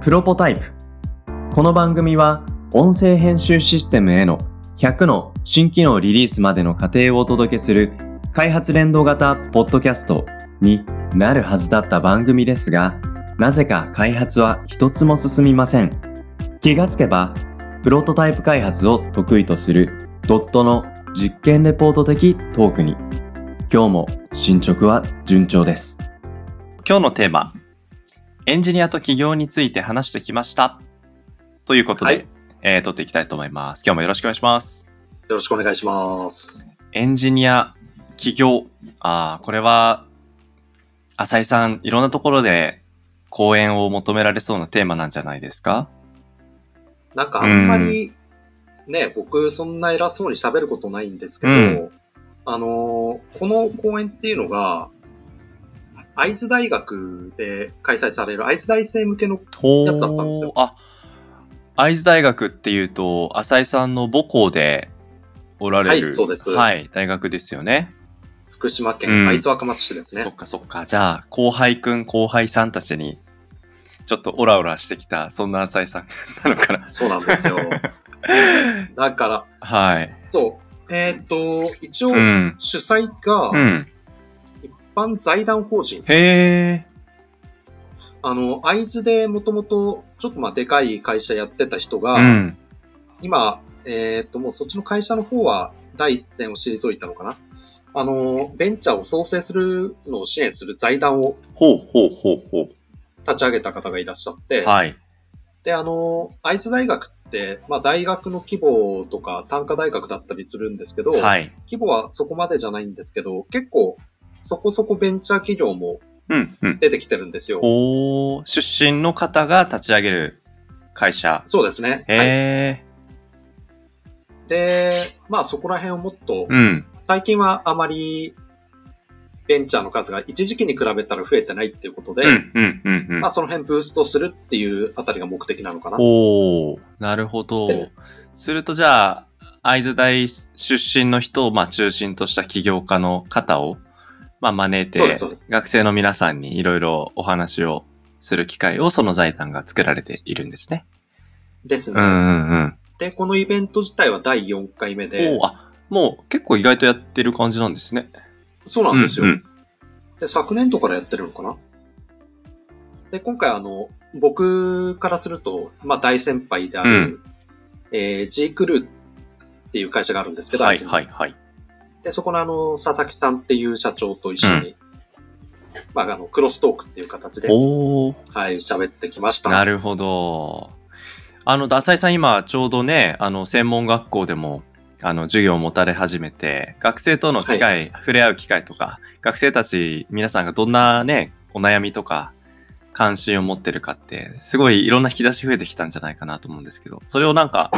プロポタイプ。この番組は音声編集システムへの100の新機能リリースまでの過程をお届けする開発連動型ポッドキャストになるはずだった番組ですが、なぜか開発は一つも進みません。気がつけばプロトタイプ開発を得意とするドットの実験レポート的トークに、今日も進捗は順調です。今日のテーマ、エンジニアと企業について話してきましたということで、撮っていきたいと思います。今日もよろしくお願いします。 よろしくお願いします。 エンジニア、企業、これは浅井さん、いろんなところで講演を求められそうなテーマなんじゃないですか？ なんかあんまりね、僕そんな偉そうに喋ることないんですけど、この講演っていうのが会津大学で開催される会津大生向けのやつだったんですよ。 会津大学っていうと浅井さんの母校でおられる、 はい、そうです。 はい、大学ですよね。 福島県会津若松市ですね。 そっかそっか。じゃあ後輩さんたちにちょっとオラオラしてきた、そんな浅井さんなのかな。 そうなんですよ。だから、 はい。 そう。一応、主催が、一般財団法人。 へー。 会津でもともと、ちょっとでかい会社やってた人が、今、もうそっちの会社の方は第一線を退いたのかな。ベンチャーを創生するのを支援する財団を立ち上げた方がいらっしゃって、 はい。 で、会津大学って、大学の規模とか単科大学だったりするんですけど、 はい、 規模はそこまでじゃないんですけど、結構そこそこベンチャー企業も出てきてるんですよ。 出身の方が立ち上げる会社。 そうですね。 へー。で、そこら辺をもっと、最近はあまりベンチャーの数が一時期に比べたら増えてないっていうことで、その辺ブーストするっていうあたりが目的なのかな。 なるほど。するとじゃあ、会津大出身の人を中心とした起業家の方を招いて、学生の皆さんにいろいろお話をする機会をその財団が作られているんですね。 ですね。で、このイベント自体は第4回目で。 もう結構意外とやってる感じなんですね。 そうなんですよ。で、昨年度からやってるのかな。で、今回僕からすると、大先輩である、G クルーっていう会社があるんですけど、で、そこの佐々木さんっていう社長と一緒に、クロストークっていう形で、喋ってきました。 なるほど。浅井さん今ちょうどね、専門学校でも、授業を持たれ始めて、学生との機会、触れ合う機会とか、学生たち皆さんがどんなね、お悩みとか、関心を持ってるかって、すごいいろんな引き出し増えてきたんじゃないかなと思うんですけど、それをなんか、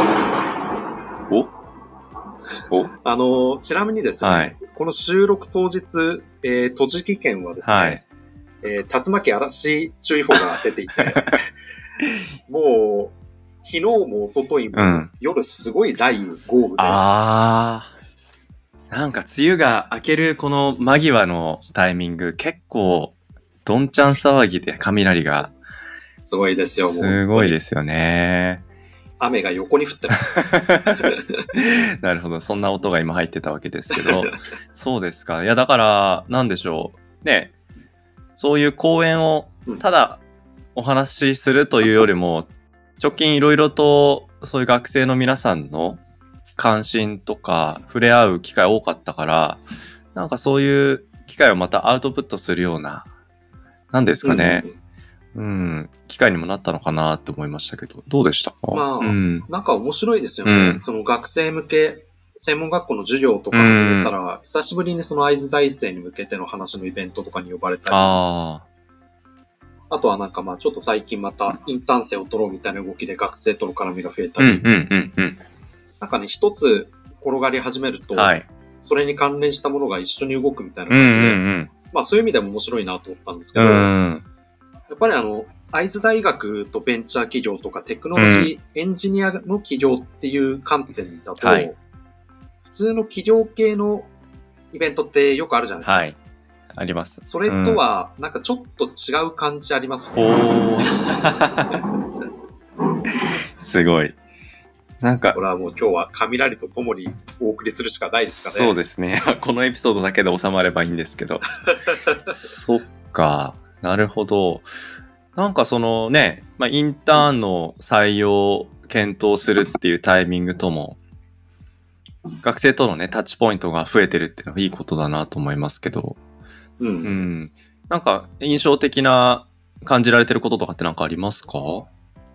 ちなみにですね、この収録当日、栃木県はですね、竜巻嵐注意報が出ていて、もう、昨日も一昨日も、夜すごい雷雨、豪雨で。 なんか梅雨が明けるこの間際のタイミング、結構、どんちゃん騒ぎで雷が。 すごいですよ、もう。 すごいですよね。 雨が横に降ってます。 なるほど。そんな音が今入ってたわけですけど。そうですか。いや、だから、なんでしょう。ね。そういう講演を、ただお話しするというよりも、直近いろいろとそういう学生の皆さんの関心とか触れ合う機会多かったから、なんかそういう機会をまたアウトプットするような、なんですかね。機会にもなったのかなって思いましたけど、どうでしたか？ なんか面白いですよね。その学生向け、専門学校の授業とか始めたら、久しぶりにその会津大生に向けての話のイベントとかに呼ばれたり、あとはなんかちょっと最近またインターン生を取ろうみたいな動きで学生との絡みが増えたり、なんかね、一つ転がり始めると、それに関連したものが一緒に動くみたいな感じで、そういう意味でも面白いなと思ったんですけど、やっぱり会津大学とベンチャー企業とかテクノロジー、エンジニアの企業っていう観点だと、普通の企業系のイベントってよくあるじゃないですか。 あります。 それとは、なんかちょっと違う感じありますね。 すごい。なんか、 これはもう今日は雷とともにお送りするしかないですかね。 そうですね。このエピソードだけで収まればいいんですけど。そっか。なるほど。なんかそのね、インターンの採用を検討するっていうタイミングとも、学生とのね、タッチポイントが増えてるっていうのはいいことだなと思いますけど。なんか印象的な感じられてることとかってなんかありますか？ こ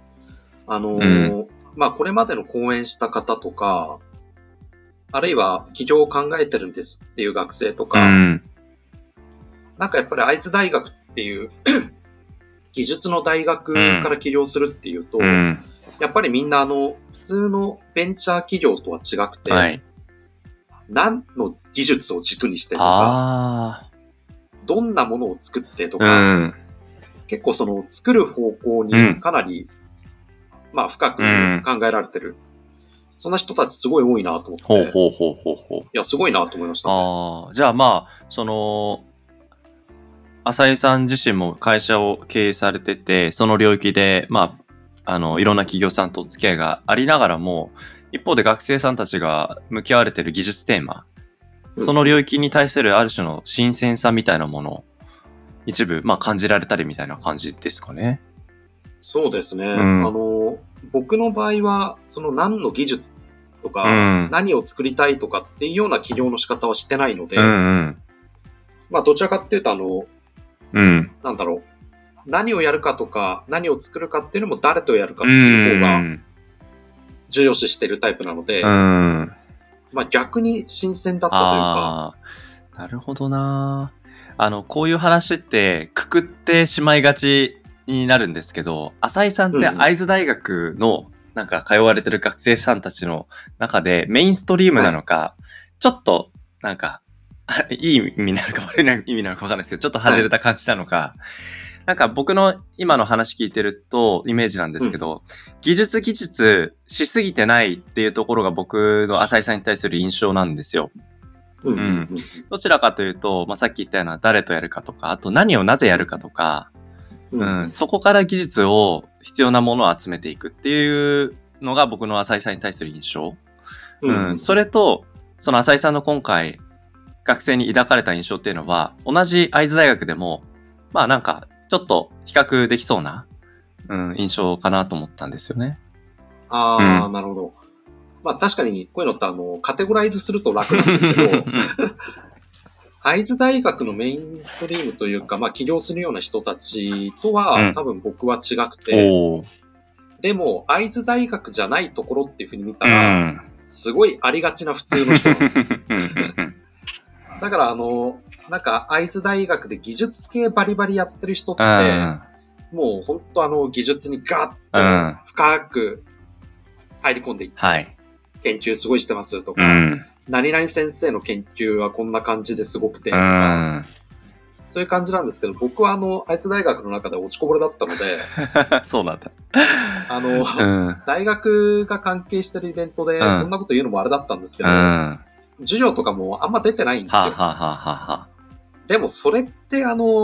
れまでの講演した方とか、あるいは起業を考えてるんですっていう学生とか、なんかやっぱり会津大学っていう技術の大学から起業するっていうと、やっぱりみんな普通のベンチャー企業とは違くて、何の技術を軸にしてとか、どんなものを作ってとか、結構その作る方向にかなり、深く考えられてる。そんな人たちすごい多いなと思って。いや、すごいなと思いましたね。 じゃあその、浅井さん自身も会社を経営されてて、その領域で、いろんな企業さんとお付き合いがありながらも、一方で学生さんたちが向き合われている技術テーマ、その領域に対するある種の新鮮さみたいなものを一部、感じられたりみたいな感じですかね。 そうですね。僕の場合は、その何の技術とか、何を作りたいとかっていうような起業の仕方はしてないので、どちらかっていうとなんだろう。何をやるかとか、何を作るかっていうのも誰とやるかっていう方が重要視してるタイプなので、逆に新鮮だったというか。 なるほどな。こういう話ってくくってしまいがちになるんですけど、浅井さんって会津大学のなんか通われてる学生さんたちの中でメインストリームなのか、ちょっとなんかいい意味なのか悪い意味なのか分かんないですけど、ちょっと外れた感じなのか、なんか僕の今の話聞いてるとイメージなんですけど、技術しすぎてないっていうところが僕の浅井さんに対する印象なんですよ。どちらかというと、さっき言ったような誰とやるかとか、あと何をなぜやるかとか、そこから技術を必要なものを集めていくっていうのが僕の浅井さんに対する印象。それと、その浅井さんの今回、学生に抱かれた印象っていうのは、同じ会津大学でも、なんか、ちょっと比較できそうな、印象かなと思ったんですよね。 なるほど。確かに、こういうのってカテゴライズすると楽なんですけど、会津大学のメインストリームというか、起業するような人たちとは、多分僕は違くて、でも、会津大学じゃないところっていうふうに見たら、すごいありがちな普通の人なんですよ。だからなんか会津大学で技術系バリバリやってる人って、もう本当技術にガッと深く入り込んでいって、研究すごいしてますとか、何々先生の研究はこんな感じですごくてとか、そういう感じなんですけど、僕は愛知大学の中で落ちこぼれだったので、 そうなんだ。 大学が関係してるイベントで、こんなこと言うのもあれだったんですけど、授業とかもあんま出てないんですよ。でもそれって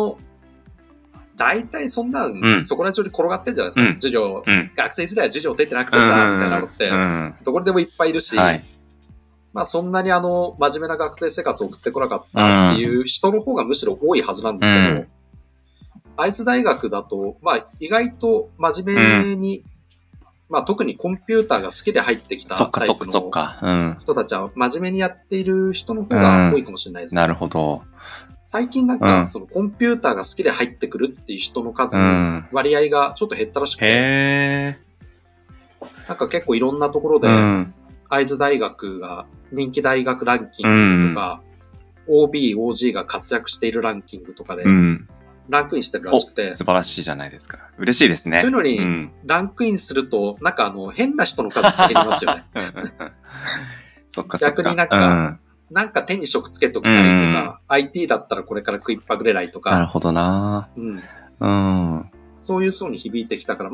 大体そんな、そこら中に転がってんじゃないですか。授業、学生時代は授業出てなくてさ、みたいなのって、どこでもいっぱいいるし、そんなに真面目な学生生活を送ってこなかったっていう人の方がむしろ多いはずなんですけど、愛知大学だと、意外と真面目に、特にコンピューターが好きで入ってきたタイプの人たちは真面目にやっている人の方が多いかもしれないですね。 なるほど。 最近なんか、そのコンピューターが好きで入ってくるっていう人の数、割合がちょっと減ったらしくて、なんか結構いろんなところで、会津大学が人気大学ランキングとか、OB、OG が活躍しているランキングとかで、ランクインしてるらしくて。 素晴らしいじゃないですか。嬉しいですね。 そういうのに、ランクインすると、なんか変な人の数って減りますよね。 そっかそっか。 逆になんか手に職つけときたりとか、IT だったらこれから食いっぱぐれないとか。 なるほどな。 そういう層に響いてきたから、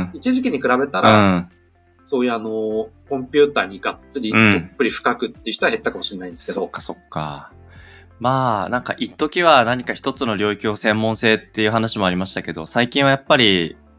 一時期に比べたら、そういうコンピューターにがっつりどっぷり深くっていう人は減ったかもしれないんですけど。 そっかそっか。なんか一時は何か一つの領域を専門性っていう話もありましたけど、最近はやっぱり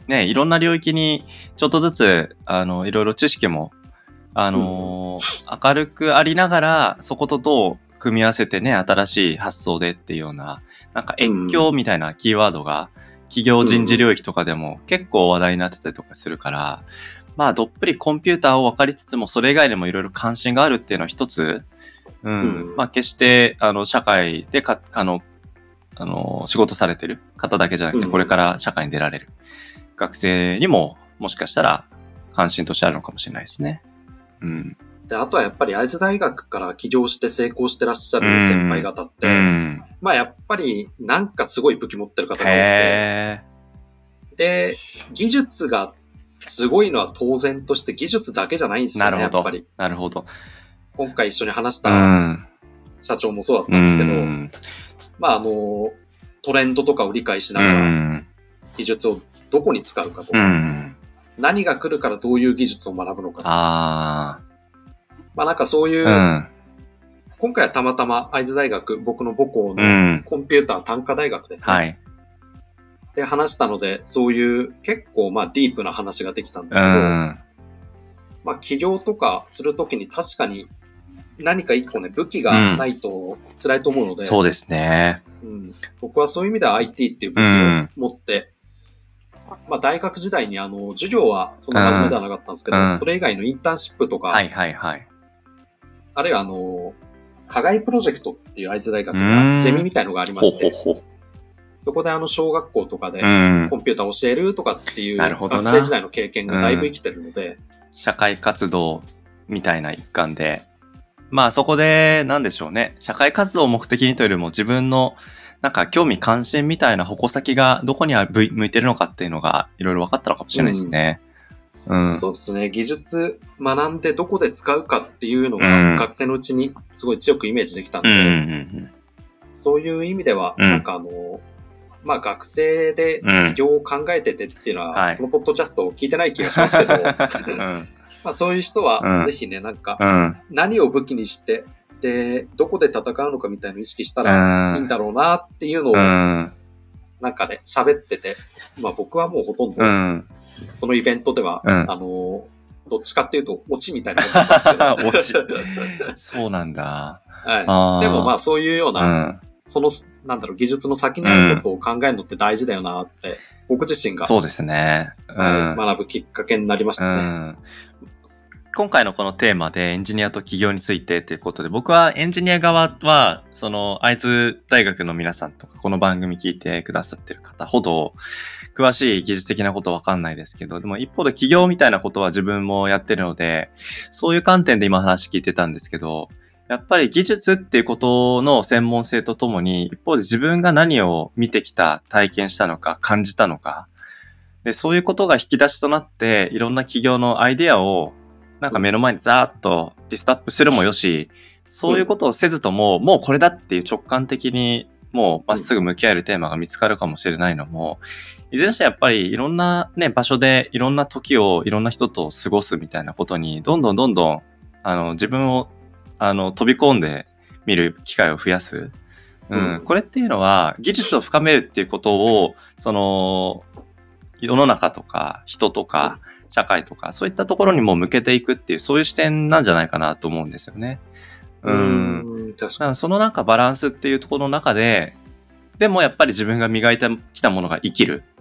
ね、いろんな領域にちょっとずつ、いろいろ知識も、明るくありながら、そことどう組み合わせてね、新しい発想でっていうような、なんか越境みたいなキーワードが、企業人事領域とかでも結構話題になってたりとかするから、まあ、どっぷりコンピューターを分かりつつも、それ以外でもいろいろ関心があるっていうのは一つ、まあ、決して、社会で仕事されてる方だけじゃなくて、これから社会に出られる学生にも、もしかしたら関心としてあるのかもしれないですね。 で、あとはやっぱり会津大学から起業して成功してらっしゃる先輩方って、まあやっぱりなんかすごい武器持ってる方が多くて、で、技術がすごいのは当然として技術だけじゃないんですよね、やっぱり。 なるほど。 今回一緒に話した社長もそうだったんですけど、まあトレンドとかを理解しながら、技術をどこに使うかとか、何が来るからどういう技術を学ぶのかとか。まあなんかそういう、今回はたまたま会津大学、僕の母校のコンピューター単科大学ですね。で話したので、そういう結構まあディープな話ができたんですけど、まあ起業とかするときに確かに何か一個ね、武器がないと辛いと思うので、 そうですね。 僕はそういう意味では IT っていう武器を持って、まあ大学時代に授業はそんな真面目ではなかったんですけど、それ以外のインターンシップとか、あるいは課外プロジェクトっていう会津大学がゼミみたいのがありまして、そこで小学校とかでコンピューターを教えるとかっていう学生時代の経験がだいぶ生きてるので、 社会活動みたいな一環で、まあそこでなんでしょうね、社会活動を目的にというよりも自分のなんか興味関心みたいな矛先がどこに向いてるのかっていうのがいろいろ分かったのかもしれないですね。 そうですね。技術学んでどこで使うかっていうのが学生のうちにすごい強くイメージできたんで、そういう意味では、なんかまあ学生で起業を考えててっていうのは、このポッドキャストを聞いてない気がしますけど、まあそういう人はぜひね、なんか何を武器にして、で、どこで戦うのかみたいなのを意識したらいいんだろうなっていうのを、なんかね、喋ってて、まあ僕はもうほとんど、そのイベントでは、どっちかっていうと、オチみたいな感じですけど。 オチ。そうなんだ。 はい。でもまあそういうような、その、なんだろう、技術の先にあることを考えるのって大事だよなって、僕自身が。 そうですね。 学ぶきっかけになりましたね。 今回のこのテーマでエンジニアと起業についてということで、僕はエンジニア側は、会津大学の皆さんとか、この番組聞いてくださってる方ほど、詳しい技術的なことわかんないですけど、でも一方で起業みたいなことは自分もやってるので、そういう観点で今話聞いてたんですけど、やっぱり技術っていうことの専門性とともに、一方で自分が何を見てきた、体験したのか、感じたのか、で、そういうことが引き出しとなって、いろんな企業のアイデアをなんか目の前にザーッとリストアップするもよし、そういうことをせずとも、もうこれだっていう直感的にもうまっすぐ向き合えるテーマが見つかるかもしれないのも、いずれにしてやっぱりいろんなね、場所でいろんな時をいろんな人と過ごすみたいなことに、どんどん自分を飛び込んで見る機会を増やす。これっていうのは技術を深めるっていうことを、世の中とか人とか、社会とか、そういったところにも向けていくっていう、そういう視点なんじゃないかなと思うんですよね。 確かに。 そのなんかバランスっていうところの中で、でもやっぱり自分が磨いてきたものが生きる。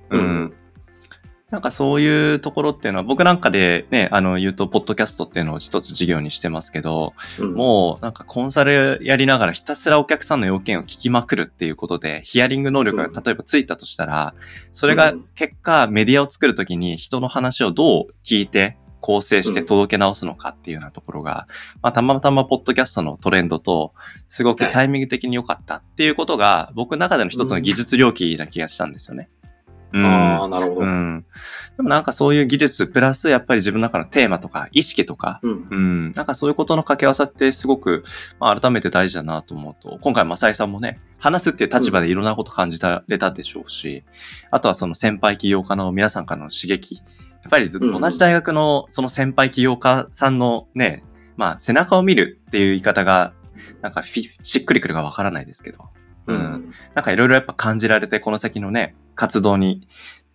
なんかそういうところっていうのは、僕なんかでね、言うと、ポッドキャストっていうのを一つ事業にしてますけど、もうなんかコンサルやりながらひたすらお客さんの要件を聞きまくるっていうことで、ヒアリング能力が例えばついたとしたら、それが結果メディアを作るときに人の話をどう聞いて、構成して届け直すのかっていうようなところが、まあたまたまポッドキャストのトレンドと、すごくタイミング的に良かったっていうことが、僕の中での一つの技術領域な気がしたんですよね。 なるほど。 でもなんかそういう技術プラスやっぱり自分の中のテーマとか意識とか、なんかそういうことの掛け合わさってすごく、まあ、改めて大事だなと思うと、今回正井さんもね、話すっていう立場でいろんなこと感じられたでしょうし、あとはその先輩起業家の皆さんからの刺激、やっぱり同じ大学のその先輩起業家さんのね、まあ背中を見るっていう言い方が、なんかしっくりくるかわからないですけど、なんかいろいろやっぱ感じられて、この先のね、活動に、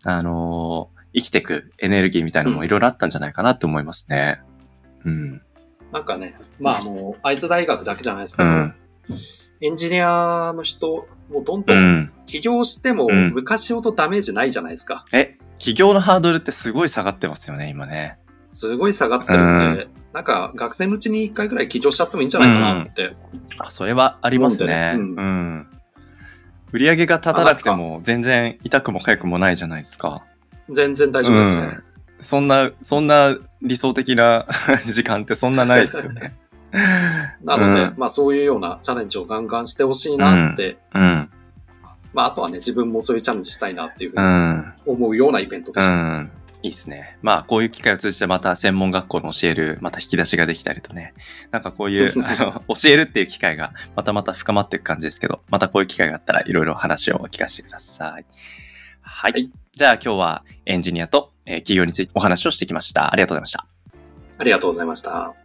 生きてくエネルギーみたいなのもいろいろあったんじゃないかなって思いますね。うん。 なんかね、愛知大学だけじゃないですけど、エンジニアの人もどんどん起業しても昔ほどダメージないじゃないですか。 起業のハードルってすごい下がってますよね、今ね。 すごい下がってるんで、なんか学生のうちに1回ぐらい起業しちゃってもいいんじゃないかなって。 それはありますね。売り上げが立たなくても全然痛くも痒くもないじゃないですか。 全然大丈夫ですね。 そんな理想的な時間ってそんなないですよね。 なので、そういうようなチャレンジをガンガンしてほしいなって、あとはね、自分もそういうチャレンジしたいなっていうふうに思うようなイベントでした。 いいですね。こういう機会を通じてまた専門学校の教える、また引き出しができたりとね。なんかこういう、教えるっていう機会がまた深まっていく感じですけど、またこういう機会があったらいろいろ話を聞かせてください。はい。じゃあ今日はエンジニアと企業についてお話をしてきました。ありがとうございました。 ありがとうございました。